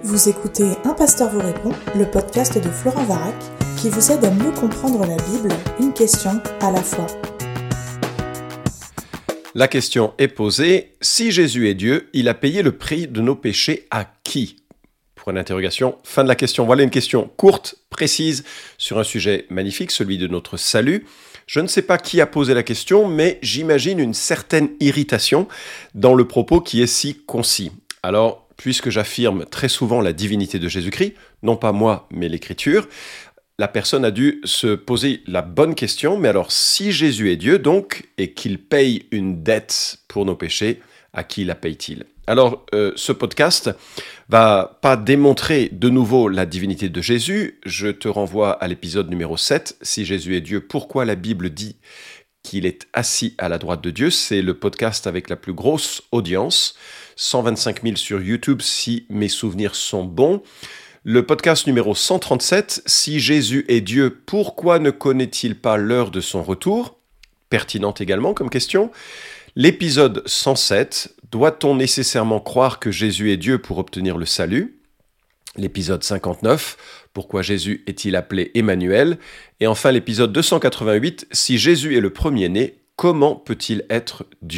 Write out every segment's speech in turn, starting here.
Vous écoutez Un pasteur vous répond, le podcast de Florent Varac, qui vous aide à mieux comprendre la Bible, une question à la fois. La question est posée, si Jésus est Dieu, il a payé le prix de nos péchés à qui ? Point d'interrogation, fin de la question. Voilà une question courte, précise, sur un sujet magnifique, celui de notre salut. Je ne sais pas qui a posé la question, mais j'imagine une certaine irritation dans le propos qui est si concis. Alors, puisque j'affirme très souvent la divinité de Jésus-Christ, non pas moi, mais l'Écriture, la personne a dû se poser la bonne question, mais alors si Jésus est Dieu donc, et qu'il paye une dette pour nos péchés, à qui la paye-t-il ? Alors, ce podcast va pas démontrer de nouveau la divinité de Jésus. Je te renvoie à l'épisode numéro 7, si Jésus est Dieu, pourquoi la Bible dit qu'il est assis à la droite de Dieu. C'est le podcast avec la plus grosse audience, 125 000 sur YouTube si mes souvenirs sont bons. Le podcast numéro 137, si Jésus est Dieu, pourquoi ne connaît-il pas l'heure de son retour ? Pertinente également comme question. L'épisode 107, doit-on nécessairement croire que Jésus est Dieu pour obtenir le salut ? L'épisode 59, pourquoi Jésus est-il appelé Emmanuel ? Et enfin l'épisode 288, si Jésus est le premier-né, comment peut-il être Dieu ?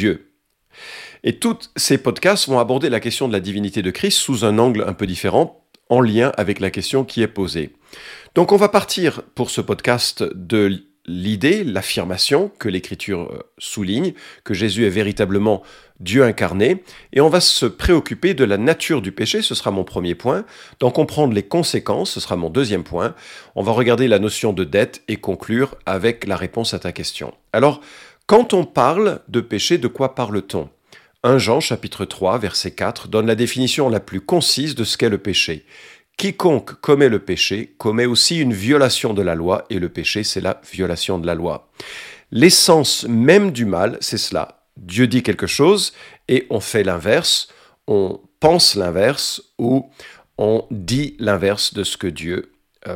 Et tous ces podcasts vont aborder la question de la divinité de Christ sous un angle un peu différent, en lien avec la question qui est posée. Donc on va partir pour ce podcast de l'idée, l'affirmation que l'Écriture souligne, que Jésus est véritablement Dieu incarné, et on va se préoccuper de la nature du péché, ce sera mon premier point, d'en comprendre les conséquences, ce sera mon deuxième point, on va regarder la notion de dette et conclure avec la réponse à ta question. Alors, quand on parle de péché, de quoi parle-t-on ? 1 Jean chapitre 3, verset 4, donne la définition la plus concise de ce qu'est le péché. Quiconque commet le péché commet aussi une violation de la loi, et le péché, c'est la violation de la loi. L'essence même du mal, c'est cela. Dieu dit quelque chose, et on fait l'inverse, on pense l'inverse, ou on dit l'inverse de ce que Dieu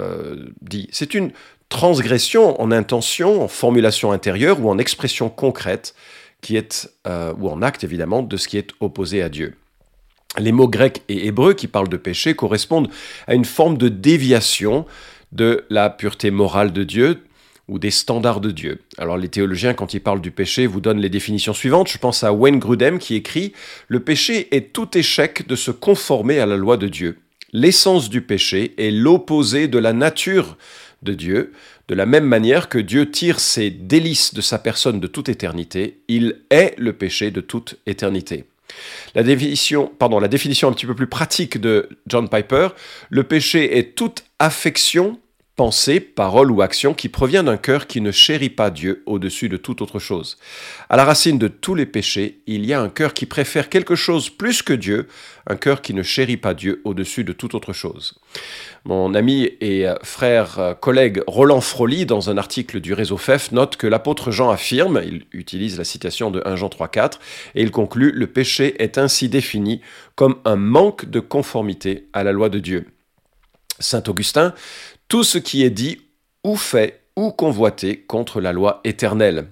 dit. C'est une transgression en intention, en formulation intérieure, ou en expression concrète, qui est, ou en acte évidemment, de ce qui est opposé à Dieu. Les mots grecs et hébreux qui parlent de péché correspondent à une forme de déviation de la pureté morale de Dieu ou des standards de Dieu. Alors les théologiens, quand ils parlent du péché, vous donnent les définitions suivantes. Je pense à Wayne Grudem qui écrit « Le péché est tout échec de se conformer à la loi de Dieu. L'essence du péché est l'opposé de la nature de Dieu. De la même manière que Dieu tire ses délices de sa personne de toute éternité, il est le péché de toute éternité. » La définition un petit peu plus pratique de John Piper, le péché est toute affection, pensée, parole ou action qui provient d'un cœur qui ne chérit pas Dieu au-dessus de toute autre chose. À la racine de tous les péchés, il y a un cœur qui préfère quelque chose plus que Dieu, un cœur qui ne chérit pas Dieu au-dessus de toute autre chose. Mon ami et frère, collègue Roland Frolly, dans un article du réseau FEF, note que l'apôtre Jean affirme, il utilise la citation de 1 Jean 3,4, et il conclut « Le péché est ainsi défini comme un manque de conformité à la loi de Dieu. » Saint Augustin, tout ce qui est dit ou fait ou convoité contre la loi éternelle.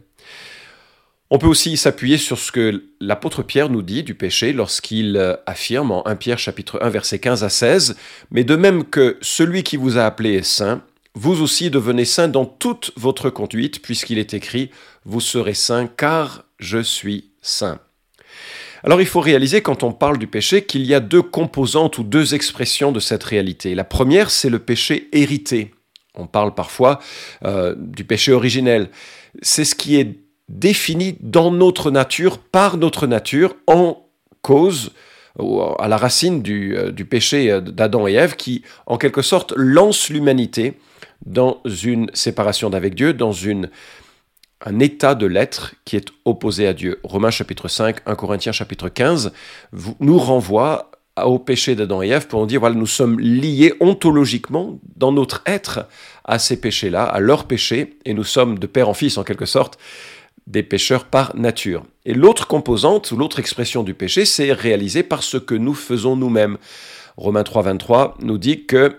On peut aussi s'appuyer sur ce que l'apôtre Pierre nous dit du péché lorsqu'il affirme en 1 Pierre chapitre 1 verset 15 à 16 « Mais de même que celui qui vous a appelé est saint, vous aussi devenez saints dans toute votre conduite, puisqu'il est écrit « Vous serez saints car je suis saint ». Alors il faut réaliser quand on parle du péché qu'il y a deux composantes ou deux expressions de cette réalité. La première, c'est le péché hérité. On parle parfois du péché originel. C'est ce qui est défini dans notre nature, par notre nature, en cause, ou à la racine du péché d'Adam et Ève, qui en quelque sorte lance l'humanité dans une séparation d'avec Dieu, dans un état de l'être qui est opposé à Dieu. Romains chapitre 5, 1 Corinthiens chapitre 15 nous renvoie au péché d'Adam et Ève pour nous dire, voilà, nous sommes liés ontologiquement dans notre être à ces péchés-là, à leurs péchés, et nous sommes de père en fils en quelque sorte, des pécheurs par nature. Et l'autre composante, ou l'autre expression du péché, c'est réalisé par ce que nous faisons nous-mêmes. Romains 3, 23 nous dit que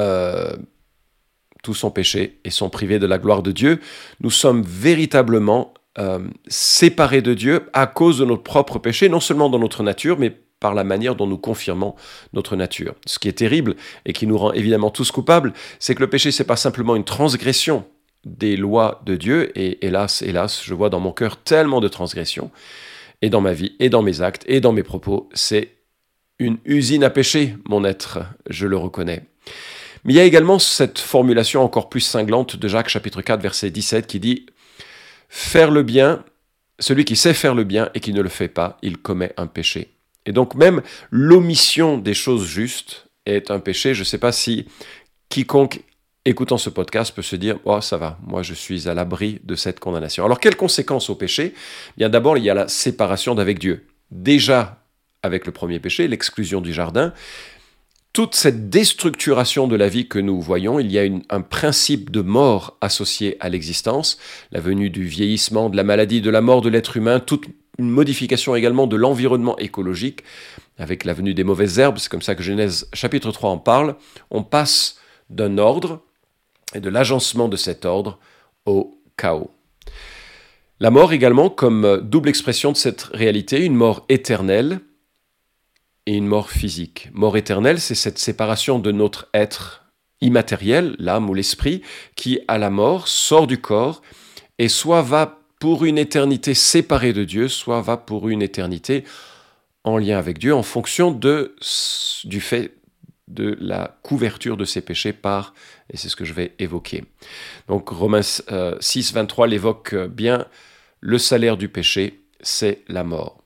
tous sont péchés et sont privés de la gloire de Dieu. Nous sommes véritablement séparés de Dieu à cause de notre propre péché, non seulement dans notre nature, mais par la manière dont nous confirmons notre nature. Ce qui est terrible et qui nous rend évidemment tous coupables, c'est que le péché, c'est pas simplement une transgression des lois de Dieu, et hélas, je vois dans mon cœur tellement de transgressions, et dans ma vie, et dans mes actes, et dans mes propos, c'est une usine à péché, mon être, je le reconnais. Mais il y a également cette formulation encore plus cinglante de Jacques chapitre 4, verset 17, qui dit « Faire le bien, celui qui sait faire le bien et qui ne le fait pas, il commet un péché. » Et donc même l'omission des choses justes est un péché. Je ne sais pas si quiconque écoutant ce podcast peut se dire « Oh, ça va, moi je suis à l'abri de cette condamnation. » Alors, quelles conséquences au péché ? Bien d'abord, il y a la séparation d'avec Dieu. Déjà, avec le premier péché, l'exclusion du jardin, toute cette déstructuration de la vie que nous voyons, il y a un principe de mort associé à l'existence, la venue du vieillissement, de la maladie, de la mort de l'être humain, toute une modification également de l'environnement écologique, avec la venue des mauvaises herbes, c'est comme ça que Genèse chapitre 3 en parle. On passe d'un ordre et de l'agencement de cet ordre au chaos. La mort également comme double expression de cette réalité, une mort éternelle et une mort physique. Mort éternelle, c'est cette séparation de notre être immatériel, l'âme ou l'esprit, qui à la mort sort du corps et soit va pour une éternité séparée de Dieu, soit va pour une éternité en lien avec Dieu, en fonction du fait de la couverture de ses péchés par, et c'est ce que je vais évoquer. Donc Romains 6, 23 l'évoque bien, le salaire du péché, c'est la mort.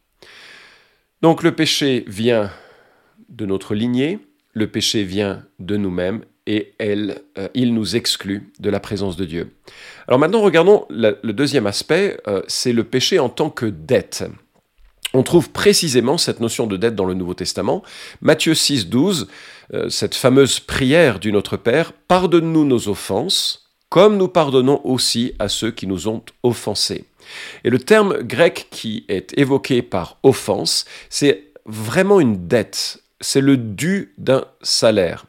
Donc le péché vient de notre lignée, le péché vient de nous-mêmes, et il nous exclut de la présence de Dieu. Alors maintenant, regardons le deuxième aspect, c'est le péché en tant que dette. On trouve précisément cette notion de dette dans le Nouveau Testament. Matthieu 6, 12, cette fameuse prière du Notre Père, « Pardonne-nous nos offenses, comme nous pardonnons aussi à ceux qui nous ont offensés. » Et le terme grec qui est évoqué par « offense », c'est vraiment une dette, c'est le dû d'un salaire.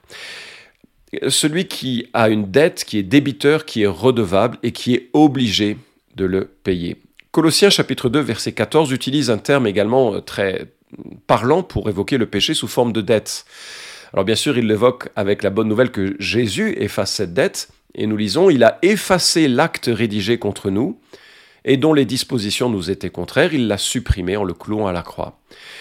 Celui qui a une dette, qui est débiteur, qui est redevable et qui est obligé de le payer. Colossiens chapitre 2, verset 14 utilise un terme également très parlant pour évoquer le péché sous forme de dette. Alors bien sûr, il l'évoque avec la bonne nouvelle que Jésus efface cette dette, et nous lisons « Il a effacé l'acte rédigé contre nous, et dont les dispositions nous étaient contraires, il l'a supprimé en le clouant à la croix. »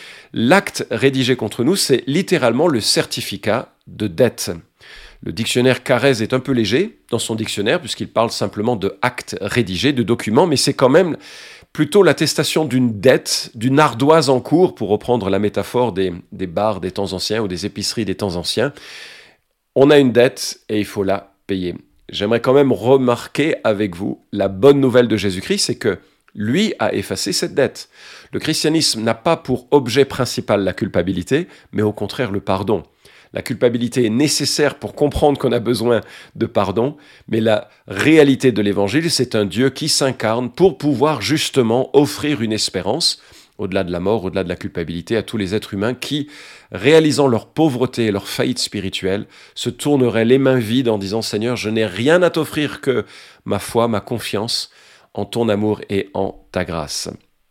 L'acte rédigé contre nous, c'est littéralement le certificat de dette. Le dictionnaire Carrez est un peu léger dans son dictionnaire, puisqu'il parle simplement de acte rédigé, de document, mais c'est quand même plutôt l'attestation d'une dette, d'une ardoise en cours, pour reprendre la métaphore des bars des temps anciens ou des épiceries des temps anciens. On a une dette et il faut la payer. J'aimerais quand même remarquer avec vous la bonne nouvelle de Jésus-Christ, c'est que lui a effacé cette dette. Le christianisme n'a pas pour objet principal la culpabilité, mais au contraire le pardon. La culpabilité est nécessaire pour comprendre qu'on a besoin de pardon, mais la réalité de l'évangile, c'est un Dieu qui s'incarne pour pouvoir justement offrir une espérance, au-delà de la mort, au-delà de la culpabilité, à tous les êtres humains qui, réalisant leur pauvreté et leur faillite spirituelle, se tourneraient les mains vides en disant « Seigneur, je n'ai rien à t'offrir que ma foi, ma confiance en ton amour et en ta grâce. »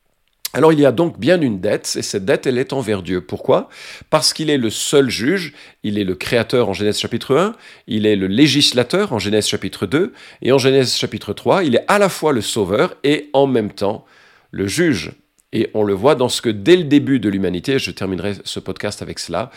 Alors il y a donc bien une dette, et cette dette, elle est envers Dieu. Pourquoi ? Parce qu'il est le seul juge, il est le créateur en Genèse chapitre 1, il est le législateur en Genèse chapitre 2, et en Genèse chapitre 3, il est à la fois le sauveur et en même temps le juge. Et on le voit dans ce que dès le début de l'humanité, je terminerai ce podcast avec cela,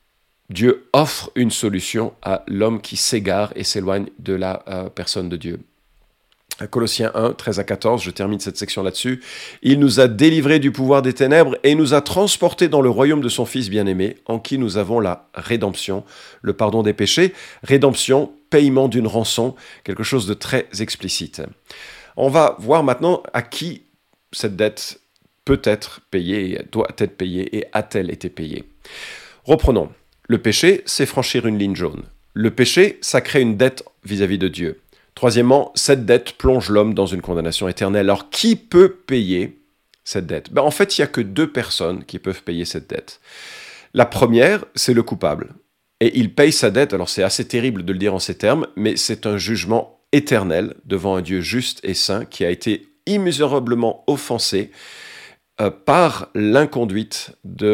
Dieu offre une solution à l'homme qui s'égare et s'éloigne de la personne de Dieu. Colossiens 1, 13 à 14, je termine cette section là-dessus. « Il nous a délivrés du pouvoir des ténèbres et nous a transportés dans le royaume de son Fils bien-aimé, en qui nous avons la rédemption, le pardon des péchés. » Rédemption, paiement d'une rançon, quelque chose de très explicite. On va voir maintenant à qui cette dette peut être payée, doit être payée et a-t-elle été payée. Reprenons. Le péché, c'est franchir une ligne jaune. Le péché, ça crée une dette vis-à-vis de Dieu. Troisièmement, cette dette plonge l'homme dans une condamnation éternelle. Alors, qui peut payer cette dette ? En fait, il n'y a que deux personnes qui peuvent payer cette dette. La première, c'est le coupable. Et il paye sa dette, alors c'est assez terrible de le dire en ces termes, mais c'est un jugement éternel devant un Dieu juste et saint qui a été immesurablement offensé par l'inconduite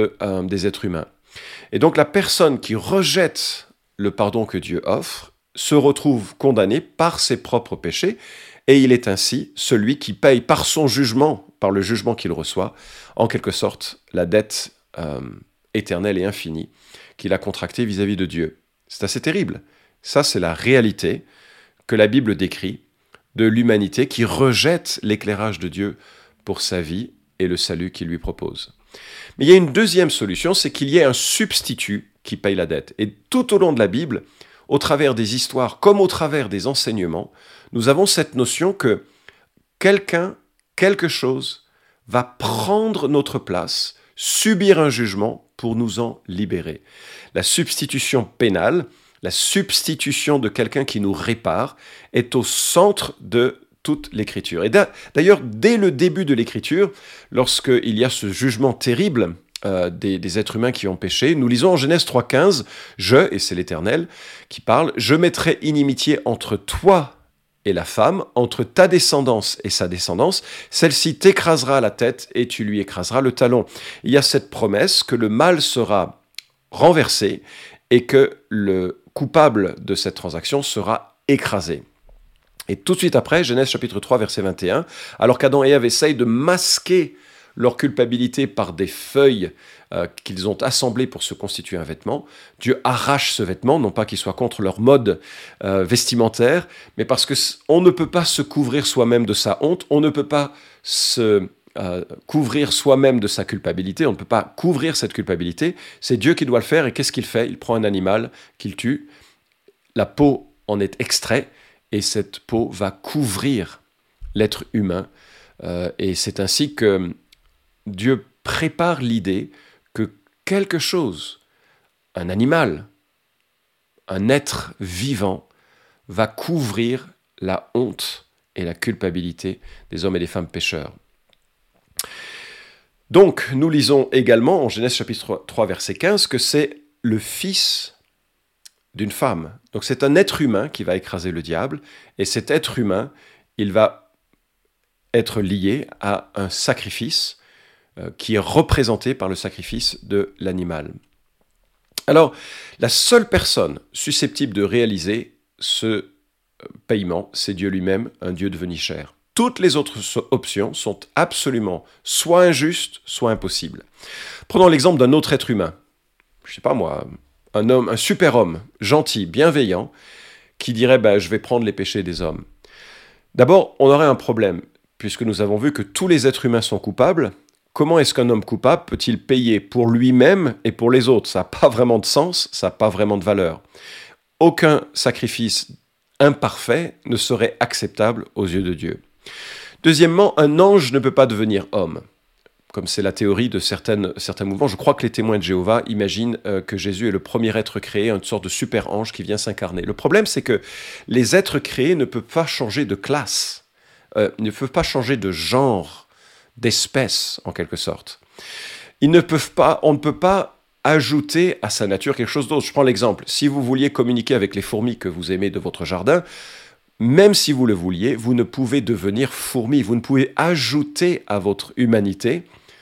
des êtres humains. Et donc la personne qui rejette le pardon que Dieu offre se retrouve condamné par ses propres péchés, et il est ainsi celui qui paye par son jugement, par le jugement qu'il reçoit, en quelque sorte la dette éternelle et infinie qu'il a contractée vis-à-vis de Dieu. C'est assez terrible. Ça, c'est la réalité que la Bible décrit de l'humanité qui rejette l'éclairage de Dieu pour sa vie et le salut qu'il lui propose. Mais il y a une deuxième solution, c'est qu'il y ait un substitut qui paye la dette. Et tout au long de la Bible, au travers des histoires comme au travers des enseignements, nous avons cette notion que quelqu'un, quelque chose, va prendre notre place, subir un jugement pour nous en libérer. La substitution pénale, la substitution de quelqu'un qui nous répare, est au centre de toute l'Écriture. Et d'ailleurs, dès le début de l'Écriture, lorsqu'il y a ce jugement terrible des êtres humains qui ont péché, nous lisons en Genèse 3,15, et c'est l'Éternel qui parle, « Je mettrai inimitié entre toi et la femme, entre ta descendance et sa descendance, celle-ci t'écrasera la tête et tu lui écraseras le talon. » Il y a cette promesse que le mal sera renversé et que le coupable de cette transaction sera écrasé. Et tout de suite après, Genèse chapitre 3, verset 21, alors qu'Adam et Ève essayent de masquer leur culpabilité par des feuilles qu'ils ont assemblées pour se constituer un vêtement, Dieu arrache ce vêtement, non pas qu'il soit contre leur mode vestimentaire, mais parce qu'on ne peut pas se couvrir soi-même de sa honte, on ne peut pas se couvrir soi-même de sa culpabilité, on ne peut pas couvrir cette culpabilité, c'est Dieu qui doit le faire, et qu'est-ce qu'il fait ? Il prend un animal qu'il tue, la peau en est extraite, et cette peau va couvrir l'être humain, et c'est ainsi que Dieu prépare l'idée que quelque chose, un animal, un être vivant, va couvrir la honte et la culpabilité des hommes et des femmes pécheurs. Donc, nous lisons également en Genèse chapitre 3, verset 15, que c'est le fils d'une femme. Donc c'est un être humain qui va écraser le diable, et cet être humain, il va être lié à un sacrifice qui est représenté par le sacrifice de l'animal. Alors, la seule personne susceptible de réaliser ce paiement, c'est Dieu lui-même, un Dieu devenu chair. Toutes les autres options sont absolument soit injustes, soit impossibles. Prenons l'exemple d'un autre être humain. Je ne sais pas moi, un super-homme, gentil, bienveillant, qui dirait je vais prendre les péchés des hommes. D'abord, on aurait un problème, puisque nous avons vu que tous les êtres humains sont coupables. Comment est-ce qu'un homme coupable peut-il payer pour lui-même et pour les autres ? Ça n'a pas vraiment de sens, ça n'a pas vraiment de valeur. Aucun sacrifice imparfait ne serait acceptable aux yeux de Dieu. Deuxièmement, un ange ne peut pas devenir homme. Comme c'est la théorie de certains mouvements, je crois que les témoins de Jéhovah imaginent que Jésus est le premier être créé, une sorte de super ange qui vient s'incarner. Le problème, c'est que les êtres créés ne peuvent pas changer de classe, ne peuvent pas changer de genre, d'espèce, en quelque sorte. On ne peut pas ajouter à sa nature quelque chose d'autre. Je prends l'exemple. Si vous vouliez communiquer avec les fourmis que vous aimez de votre jardin, même si vous le vouliez, vous ne pouvez devenir fourmi. Vous ne pouvez ajouter à votre humanité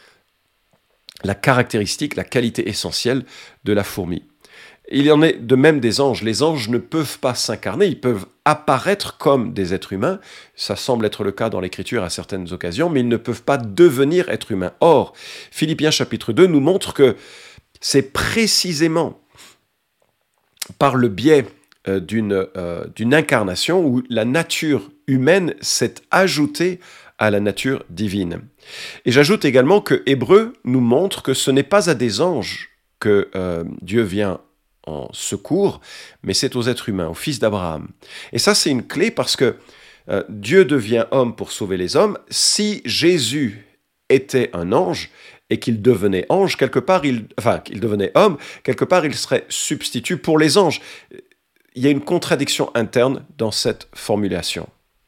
la caractéristique, la qualité essentielle de la fourmi. Il y en est de même des anges. Les anges ne peuvent pas s'incarner, ils peuvent apparaître comme des êtres humains. Ça semble être le cas dans l'Écriture à certaines occasions, mais ils ne peuvent pas devenir êtres humains. Or, Philippiens chapitre 2 nous montre que c'est précisément par le biais d'une incarnation où la nature humaine s'est ajoutée à la nature divine. Et j'ajoute également que Hébreux nous montre que ce n'est pas à des anges que Dieu vient en secours, mais c'est aux êtres humains, aux fils d'Abraham. Et ça, c'est une clé parce que Dieu devient homme pour sauver les hommes. Si Jésus était un ange et qu'il devenait ange, qu'il devenait homme, quelque part, il serait substitut pour les anges. Il y a une contradiction interne dans cette formulation.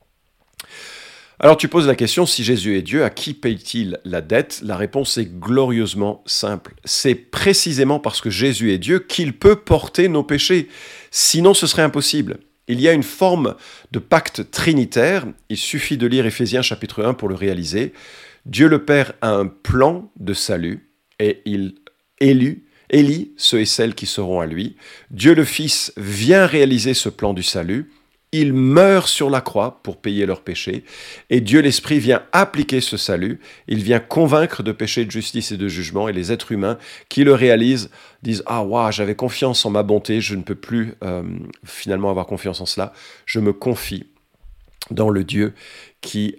Alors tu poses la question, si Jésus est Dieu, à qui paye-t-il la dette ? La réponse est glorieusement simple. C'est précisément parce que Jésus est Dieu qu'il peut porter nos péchés. Sinon, ce serait impossible. Il y a une forme de pacte trinitaire. Il suffit de lire Éphésiens chapitre 1 pour le réaliser. Dieu le Père a un plan de salut et il élit ceux et celles qui seront à lui. Dieu le Fils vient réaliser ce plan du salut. Il meurt sur la croix pour payer leurs péchés. Et Dieu l'Esprit vient appliquer ce salut. Il vient convaincre de péché, de justice et de jugement. Et les êtres humains qui le réalisent disent « Ah, waouh, j'avais confiance en ma bonté, je ne peux plus finalement avoir confiance en cela. Je me confie dans le Dieu qui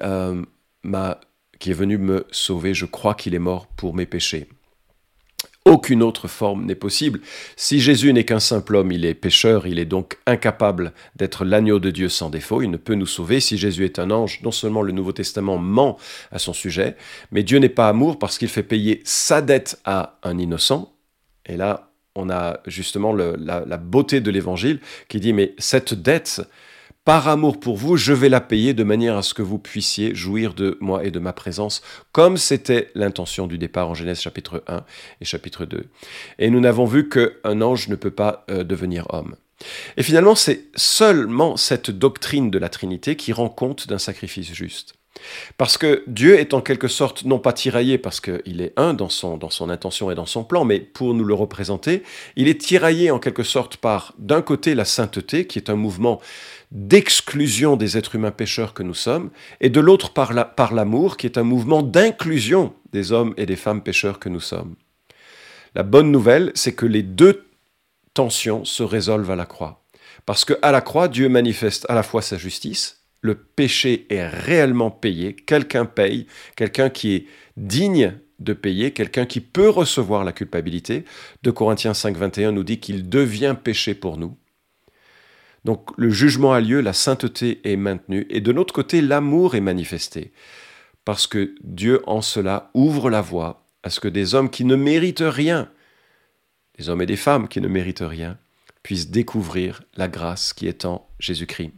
est venu me sauver. Je crois qu'il est mort pour mes péchés. » Aucune autre forme n'est possible. Si Jésus n'est qu'un simple homme, il est pécheur, il est donc incapable d'être l'agneau de Dieu sans défaut, il ne peut nous sauver. Si Jésus est un ange, non seulement le Nouveau Testament ment à son sujet, mais Dieu n'est pas amour parce qu'il fait payer sa dette à un innocent. Et là, on a justement la beauté de l'Évangile qui dit « Mais cette dette, par amour pour vous, je vais la payer de manière à ce que vous puissiez jouir de moi et de ma présence, comme c'était l'intention du départ en Genèse chapitre 1 et chapitre 2. » Et nous n'avons vu qu'un ange ne peut pas devenir homme. Et finalement, c'est seulement cette doctrine de la Trinité qui rend compte d'un sacrifice juste. Parce que Dieu est en quelque sorte, non pas tiraillé parce qu'il est un dans son intention et dans son plan, mais pour nous le représenter, il est tiraillé en quelque sorte par, d'un côté, la sainteté, qui est un mouvement d'exclusion des êtres humains pécheurs que nous sommes, et de l'autre par l'amour, qui est un mouvement d'inclusion des hommes et des femmes pécheurs que nous sommes. La bonne nouvelle, c'est que les deux tensions se résolvent à la croix. Parce qu'à la croix, Dieu manifeste à la fois sa justice, le péché est réellement payé, quelqu'un paye, quelqu'un qui est digne de payer, quelqu'un qui peut recevoir la culpabilité. 2 Corinthiens 5, 21 nous dit qu'il devient péché pour nous. Donc le jugement a lieu, la sainteté est maintenue, et de l'autre côté, l'amour est manifesté. Parce que Dieu, en cela, ouvre la voie à ce que des hommes qui ne méritent rien, des hommes et des femmes qui ne méritent rien, puissent découvrir la grâce qui est en Jésus-Christ.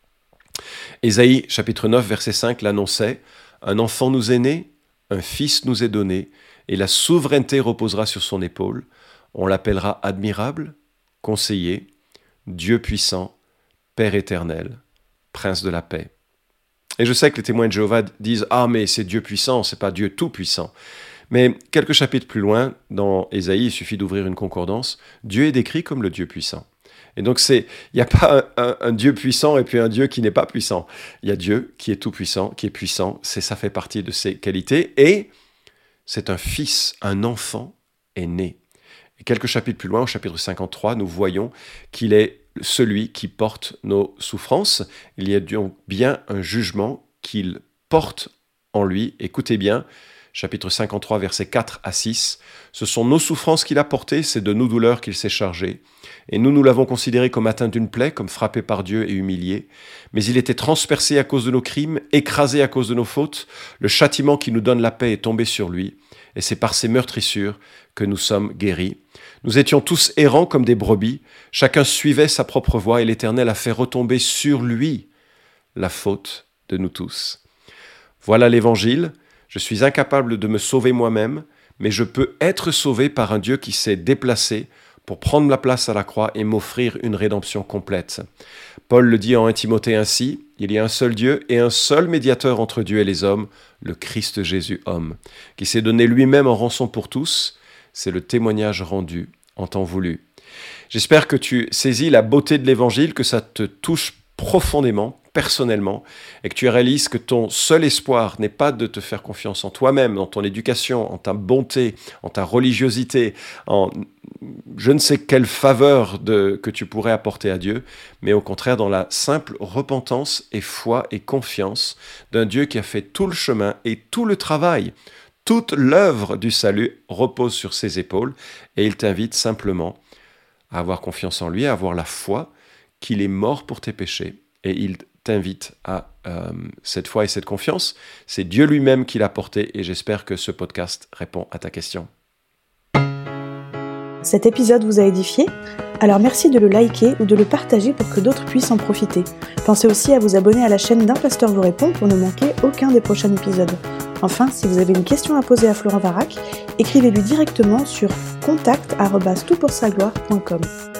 Ésaïe, chapitre 9, verset 5, l'annonçait « Un enfant nous est né, un fils nous est donné, et la souveraineté reposera sur son épaule. On l'appellera admirable, conseiller, Dieu puissant, Père éternel, Prince de la paix. » Et je sais que les témoins de Jéhovah disent « Ah, mais c'est Dieu puissant, c'est pas Dieu tout-puissant. » Mais quelques chapitres plus loin, dans Ésaïe, il suffit d'ouvrir une concordance, Dieu est décrit comme le Dieu puissant. Et donc, il n'y a pas un Dieu puissant et puis un Dieu qui n'est pas puissant. Il y a Dieu qui est tout-puissant, qui est puissant, ça fait partie de ses qualités. Et c'est un fils, un enfant est né. Et quelques chapitres plus loin, au chapitre 53, nous voyons qu'il est celui qui porte nos souffrances. Il y a donc bien un jugement qu'il porte en lui. Écoutez bien, chapitre 53, versets 4 à 6. « Ce sont nos souffrances qu'il a portées, c'est de nos douleurs qu'il s'est chargé. Et nous l'avons considéré comme atteint d'une plaie, comme frappé par Dieu et humilié. Mais il était transpercé à cause de nos crimes, écrasé à cause de nos fautes. Le châtiment qui nous donne la paix est tombé sur lui. Et c'est par ses meurtrissures que nous sommes guéris. Nous étions tous errants comme des brebis. Chacun suivait sa propre voie et l'Éternel a fait retomber sur lui la faute de nous tous. » Voilà l'Évangile. Je suis incapable de me sauver moi-même, mais je peux être sauvé par un Dieu qui s'est déplacé pour prendre ma place à la croix et m'offrir une rédemption complète. Paul le dit en 1 Timothée ainsi, « Il y a un seul Dieu et un seul médiateur entre Dieu et les hommes, le Christ Jésus homme, qui s'est donné lui-même en rançon pour tous. C'est le témoignage rendu en temps voulu. » J'espère que tu saisis la beauté de l'Évangile, que ça te touche profondément, personnellement, et que tu réalises que ton seul espoir n'est pas de te faire confiance en toi-même, dans ton éducation, en ta bonté, en ta religiosité, en je ne sais quelle faveur que tu pourrais apporter à Dieu, mais au contraire dans la simple repentance et foi et confiance d'un Dieu qui a fait tout le chemin et tout le travail. Toute l'œuvre du salut repose sur ses épaules, et il t'invite simplement à avoir confiance en lui, à avoir la foi qu'il est mort pour tes péchés, et il t'invite à cette foi et cette confiance. C'est Dieu lui-même qui l'a porté, et j'espère que ce podcast répond à ta question. Cet épisode vous a édifié ? Alors merci de le liker ou de le partager pour que d'autres puissent en profiter. Pensez aussi à vous abonner à la chaîne d'Un Pasteur vous répond pour ne manquer aucun des prochains épisodes. Enfin, si vous avez une question à poser à Florent Varac, écrivez-lui directement sur contact@toutpoursagloire.com.